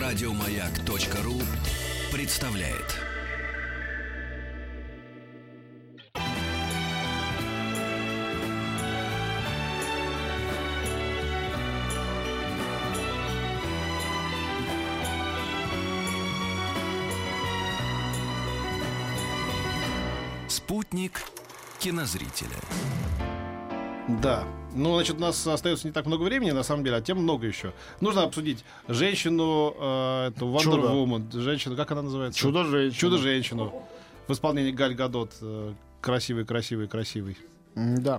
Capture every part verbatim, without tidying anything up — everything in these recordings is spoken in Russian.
Радиомаяк.ру представляет. Спутник кинозрителя. Да. Ну, значит, у нас остается не так много времени, на самом деле, а тем много еще. Нужно обсудить женщину, э, эту Wonder Чудо. Woman. Женщину, как она называется? Чудо-женщина. Чудо-женщину. В исполнении Галь Гадот. Э, красивый, красивый, красивый. М, Да.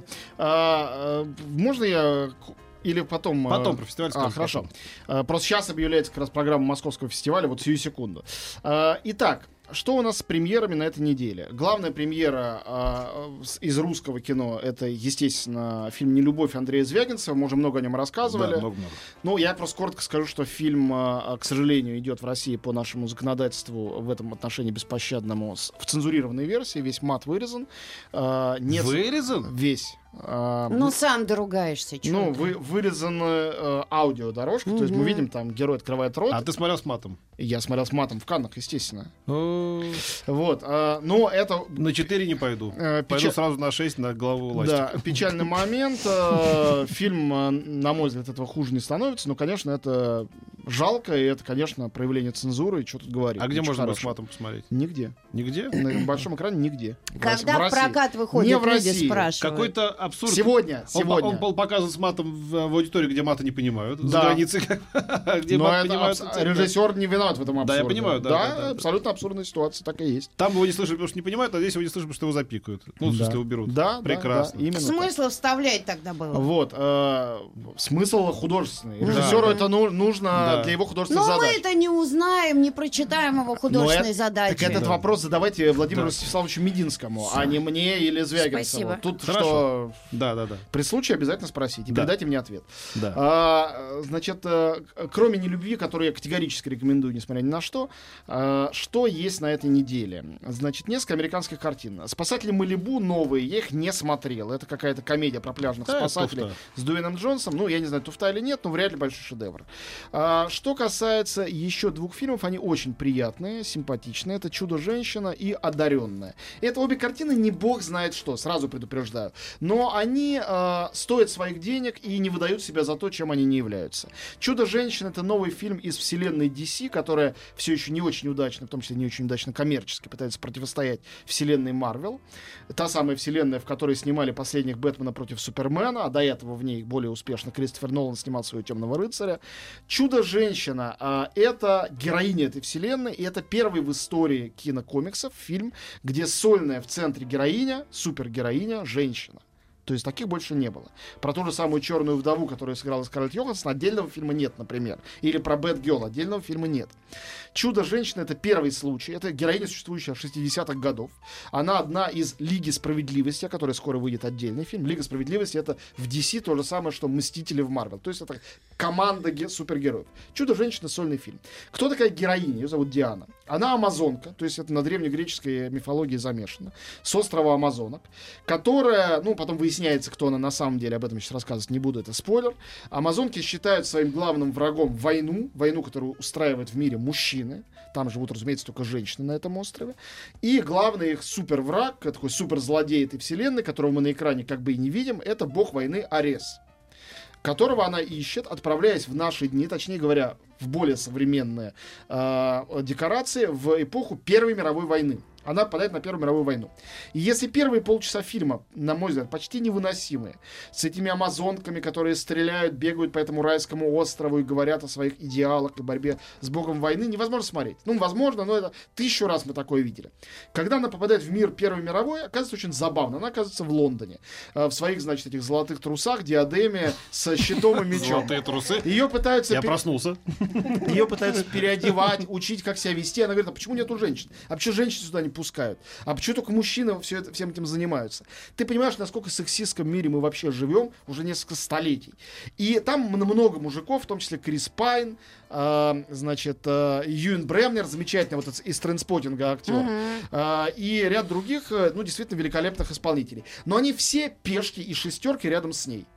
А, а, можно я... к- Или потом... а, Потом про фестиваль А, скажем, хорошо. потом. А, Просто сейчас объявляется как раз программа Московского фестиваля, вот сию секунду. А, Итак, что у нас с премьерами на этой неделе? Главная премьера а, с- из русского кино — это, естественно, фильм «Нелюбовь» Андрея Звягинцева. Мы уже много о нем рассказывали. Да, много-много. Ну, я просто коротко скажу, что фильм, а, к сожалению, идет в России по нашему законодательству в этом отношении беспощадному с- в цензурированной версии. Весь мат вырезан. А, нет- Вырезан? Весь. А, Ну, сам доругаешься. чё ну, ты. вы, вырезана э, аудиодорожка, то есть мы Мгм. видим, там герой открывает рот. А ты смотрел с матом? Я смотрел с матом в Каннах, естественно. Э, Вот, а, но это... На четыре не пойду. э, Пойду печа- сразу на шесть на главу власти. Да, печальный момент. э, Фильм, э, на мой взгляд, этого хуже не становится, но, конечно, это жалко, и это, конечно, проявление цензуры, и что тут говорить. А где Ничего можно было с хорошего. матом посмотреть? Нигде. Нигде? На большом экране нигде. В России- Когда в в России. прокат выходит, Не в люди России. спрашивают. Какой-то абсурд. Сегодня, Он, сегодня. он был показан с матом в, в аудитории, где мата не понимают. За Да. границей, где Но мат это понимают. абс- это- режиссер не виноват в этом абсурде. Да, я понимаю, да, да, да, да. абсолютно абсурдная ситуация, так и есть. Там его не слышали, потому что не понимают, а здесь его не слышали, потому что его запикают. Ну, в смысле, Да. уберут. Да, да, Прекрасно. да, именно так. Смысла вставлять тогда было? Вот, э, смысл художественный. Да. Режиссеру это ну- нужно Да. для его художественных Но задач. мы это не узнаем, не прочитаем его Но художественной это- задачи. Так этот Да. вопрос задавайте Владимиру Да. Ростиславовичу Мединскому, а не мне или Звягинцеву. Спасибо. Тут Хорошо. что, Да, да, да. при случае обязательно спросите и Да. передайте мне ответ. да. А, значит, э, кроме «Нелюбви», которую я категорически рекомендую, несмотря ни на что, а, что есть на этой неделе? Значит, несколько американских картин. «Спасатели Малибу» новые, я их не смотрел. Это какая-то комедия про пляжных Да, спасателей туфта. с Дуэйном Джонсом. Ну, я не знаю, туфта или нет, но вряд ли большой шедевр. А, что касается еще двух фильмов, они очень приятные, симпатичные. Это «Чудо-женщина» и «Одаренная». Это обе картины не бог знает что, сразу предупреждаю. Но они а, стоят своих денег и не выдают себя за то, чем они не являются. «Чудо-женщина» — это новый фильм из вселенной ди си, которая все еще не очень удачно, в том числе не очень удачно коммерчески пытается противостоять вселенной Марвел. Та самая вселенная, в которой снимали последних Бэтмена против Супермена, а до этого в ней более успешно Кристофер Нолан снимал своего Темного рыцаря. «Чудо-женщина» а, — это героиня этой вселенной, и это первый в истории кинокомиксов фильм, где сольная в центре героиня, супергероиня, женщина. То есть таких больше не было. Про ту же самую «Черную вдову», которую сыграла Скарлетт Йоханссон, отдельного фильма нет, например. Или про «Бэд Герл» отдельного фильма нет. «Чудо-женщина» — это первый случай. Это героиня, существующая в шестидесятых годов. Она одна из «Лиги справедливости», о которой скоро выйдет отдельный фильм. «Лига справедливости» — это в ди си то же самое, что «Мстители» в Марвел. То есть это команда ге- супергероев. «Чудо-женщина» — сольный фильм. Кто такая героиня? Ее зовут Диана. Она амазонка, то есть это на древнегреческой мифологии замешано, с острова Амазонок, которая, ну, потом выясняется, кто она на самом деле, об этом сейчас рассказывать не буду, это спойлер. Амазонки считают своим главным врагом войну, войну, которую устраивают в мире мужчины. Там живут, разумеется, только женщины на этом острове. И главный их супервраг, такой суперзлодей этой вселенной, которого мы на экране как бы и не видим, это бог войны Арес, которого она ищет, отправляясь в наши дни, точнее говоря, в более современные э, декорации, в эпоху Первой мировой войны. Она попадает на Первую мировую войну. И если первые полчаса фильма, на мой взгляд, почти невыносимые, с этими амазонками, которые стреляют, бегают по этому райскому острову и говорят о своих идеалах и борьбе с богом войны, невозможно смотреть. Ну, возможно, но это тысячу раз мы такое видели. Когда она попадает в мир Первой мировой, оказывается очень забавно. Она оказывается в Лондоне. э, В своих, значит, этих золотых трусах, диадеме, с щитом и мечом. Золотые трусы. Ее пытаются... Я пе- проснулся. Ее пытаются переодевать, учить, как себя вести. Она говорит, а почему нету женщин? А почему женщин сюда не пускают? А почему только мужчины все это, всем этим занимаются? Ты понимаешь, насколько в сексистском мире мы вообще живем уже несколько столетий. И там много мужиков, в том числе Крис Пайн, э, значит, э, Юэн Бремнер, замечательный вот этот из «Трейнспоттинга» актер, э, и ряд других, э, ну, действительно великолепных исполнителей. Но они все пешки и шестерки рядом с ней.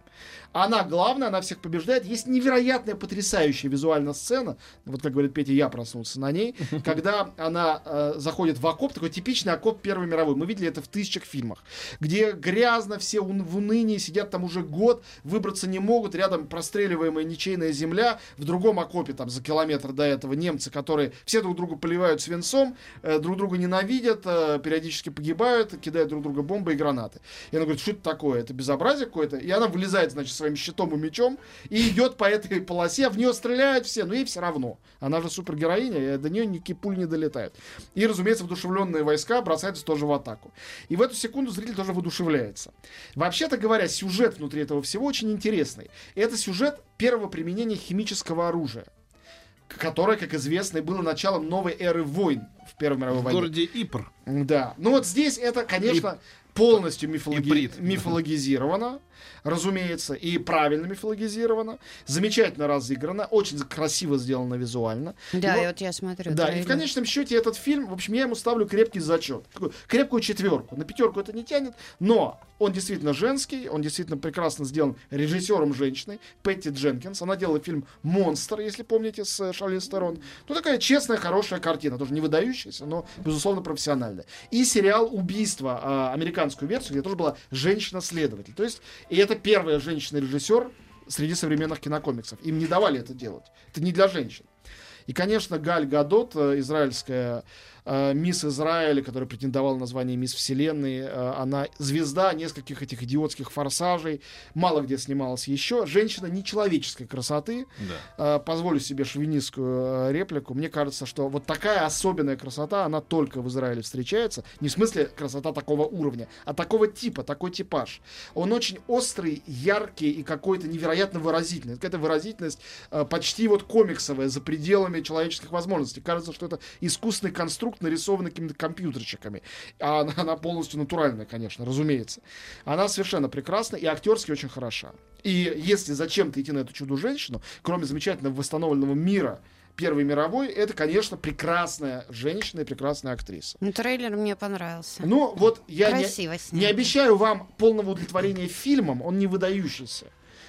Она главная, она всех побеждает. Есть невероятная, потрясающая визуальная сцена, вот как говорит Петя, я проснулся на ней, когда она э, заходит в окоп, такой типичный окоп Первой мировой. Мы видели это в тысячах фильмах, где грязно, все ун- в унынии, сидят там уже год, выбраться не могут, рядом простреливаемая ничейная земля, в другом окопе, там, за километр до этого немцы, которые все друг друга поливают свинцом, э, друг друга ненавидят, э, периодически погибают, кидают друг друга бомбы и гранаты. И она говорит, что это такое? Это безобразие какое-то? И она вылезает, значит, своим щитом и мечом и идет по этой полосе, в нее стреляют все, но ей все равно. Она же супергероиня, и до нее никакие пули не долетают. И, разумеется, воодушевленные войска бросаются тоже в атаку. И в эту секунду зритель тоже воодушевляется. Вообще-то говоря, сюжет внутри этого всего очень интересный. Это сюжет первого применения химического оружия, которое, как известно, и было началом новой эры войн в Первой мировой В войне. городе Ипр. Да. Ну вот здесь это, конечно, полностью мифологи... Иприт. мифологизировано, разумеется, и правильно мифологизировано, замечательно разыграно, очень красиво сделано визуально. Да, И вот- и вот я смотрю. Да, и трейлер. в конечном счете этот фильм, в общем, я ему ставлю крепкий зачет. Такую крепкую четверку. На пятерку это не тянет, но он действительно женский, он действительно прекрасно сделан режиссером женщиной, Пэтти Дженкинс. Она делала фильм «Монстр», если помните, с э, Шарлиз Терон. Ну, такая честная, хорошая картина. Тоже не выдающаяся, но, безусловно, профессиональная. И сериал «Убийство», э, американскую версию, где тоже была женщина-следователь. То есть, и это первая женщина-режиссер среди современных кинокомиксов. Им не давали это делать. Это не для женщин. И, конечно, Галь Гадот, э, израильская э, мисс Израиля, которая претендовала на звание мисс Вселенной, э, она звезда нескольких этих идиотских форсажей, мало где снималась еще. Женщина нечеловеческой красоты. Да. Э, позволю себе шовинистскую э, реплику. Мне кажется, что вот такая особенная красота, она только в Израиле встречается. Не в смысле красота такого уровня, а такого типа, такой типаж. Он очень острый, яркий и какой-то невероятно выразительный. Какая-то выразительность э, почти вот комиксовая, за пределами человеческих возможностей. Кажется, что это искусственный конструкт, нарисованный какими-то компьютерчиками. А она, она полностью натуральная, конечно, разумеется. Она совершенно прекрасна и актерски очень хороша. И если зачем-то идти на эту чудо-женщину, кроме замечательного восстановленного мира Первой мировой, это, конечно, прекрасная женщина и прекрасная актриса. Ну, трейлер мне понравился. Ну, вот я не, Красиво снято. не обещаю вам полного удовлетворения фильмом, он не выдающийся.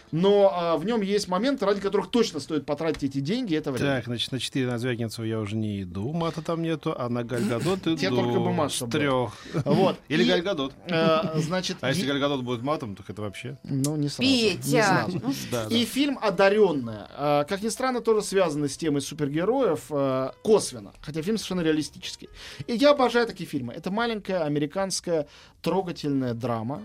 Но а, в нем есть моменты, ради которых точно стоит потратить эти деньги и это время. Так, значит, на четыре на Звягинцева я уже не иду, мата там нету, а на Галь Гадот иду. Тебе только бы Маша с была. трех. Вот. Или И, Галь Гадот. э, значит, А если е- Галь Гадот будет матом, то это вообще... ну, не сразу. не Петя! сразу. Ну, Да, да. И фильм «Одаренная», э, как ни странно, тоже связаны с темой супергероев э, косвенно, хотя фильм совершенно реалистический. И я обожаю такие фильмы. Это маленькая американская трогательная драма,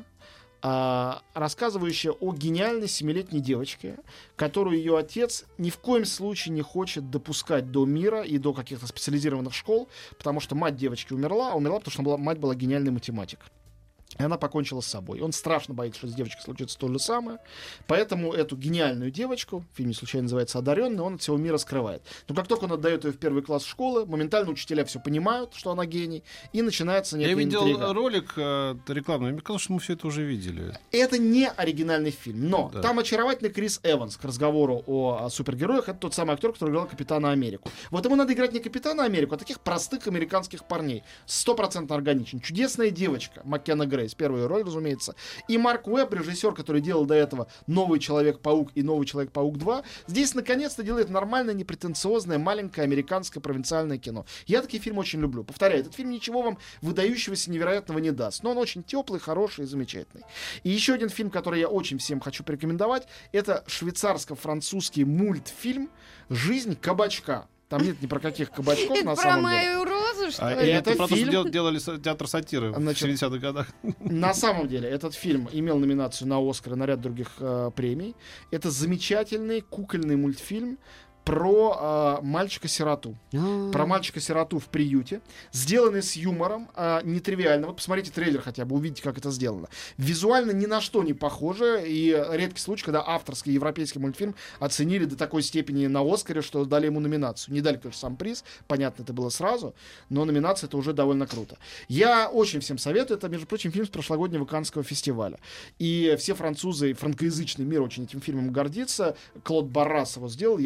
а, рассказывающая о гениальной семилетней девочке, которую ее отец ни в коем случае не хочет допускать до мира и до каких-то специализированных школ, потому что мать девочки умерла, а умерла, потому что она была, мать была гениальный математик. И она покончила с собой. Он страшно боится, что с девочкой случится то же самое. Поэтому эту гениальную девочку, фильм не случайно называется «Одаренный», он от всего мира скрывает. Но как только он отдает ее в первый класс школы, моментально учителя все понимают, что она гений, и начинается некая Я видел интрига. ролик э, рекламный, мне казалось, что мы все это уже видели. Это не оригинальный фильм, но Да. там очаровательный Крис Эванс к разговору о, о супергероях. Это тот самый актер, который играл Капитана Америку. Вот ему надо играть не Капитана Америку, а таких простых американских парней. Стопроцентно органичен. Чудесная девочка Маккена Грейс, первая роль, разумеется. И Марк Уэбб, режиссер, который делал до этого «Новый Человек-паук» и «Новый Человек-паук два», здесь наконец-то делает нормальное, непретенциозное, маленькое американское провинциальное кино. Я такие фильмы очень люблю. Повторяю, этот фильм ничего вам выдающегося, невероятного не даст, но он очень теплый, хороший и замечательный. И еще один фильм, который я очень всем хочу порекомендовать, это швейцарско-французский мультфильм «Жизнь кабачка». Там нет ни про каких кабачков на Это про самом деле. мою розу, что А ли? это это про то, фильм- что дел- делали с- театр сатиры Значит, в семидесятых годах. На самом деле, этот фильм имел номинацию на «Оскар» и на ряд других э, премий. Это замечательный кукольный мультфильм про э, мальчика-сироту. А. Про мальчика-сироту в приюте, сделанный с юмором, э, нетривиально. Вот посмотрите трейлер хотя бы, увидите, как это сделано. Визуально ни на что не похоже, и редкий случай, когда авторский европейский мультфильм оценили до такой степени на «Оскаре», что дали ему номинацию. Не дали, конечно, сам приз, понятно, это было сразу, но номинация — это уже довольно круто. Я очень всем советую, это, между прочим, фильм с прошлогоднего Каннского фестиваля. И все французы, франкоязычный мир очень этим фильмом гордится. Клод Баррас его сделал, я этого режиссера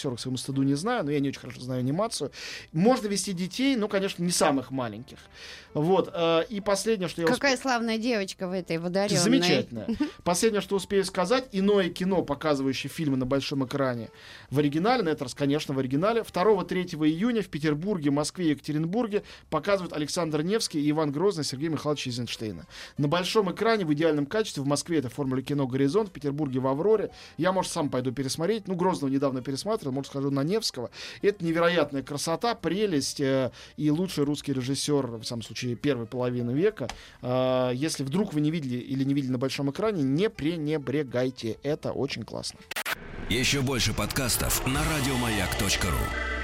режиссера, к своему стыду, не знаю, но я не очень хорошо знаю анимацию. Можно вести детей, но, конечно, не самых маленьких. Вот. э, И последнее, что я... Какая славная девочка в этой водорённой. Замечательно. Последнее, что успею сказать, иное кино, показывающее фильмы на большом экране в оригинале, на этот раз, конечно, в оригинале, второго-третьего июня в Петербурге, Москве и Екатеринбурге показывают Александр Невский и Иван Грозный Сергея Михайловича Эйзенштейна. На большом экране в идеальном качестве. В Москве это формула кино «Горизонт», в Петербурге в «Авроре». Я, может, сам пойду пересмотреть. Ну, Грозного недавно пересматривал, может, схожу на Невского. Это невероятная красота, прелесть э, и лучший русский режиссер, в самом случае, первой половины века. Э, если вдруг вы не видели или не видели на большом экране, не пренебрегайте. Это очень классно. Еще больше подкастов на радиомаяк точка ру.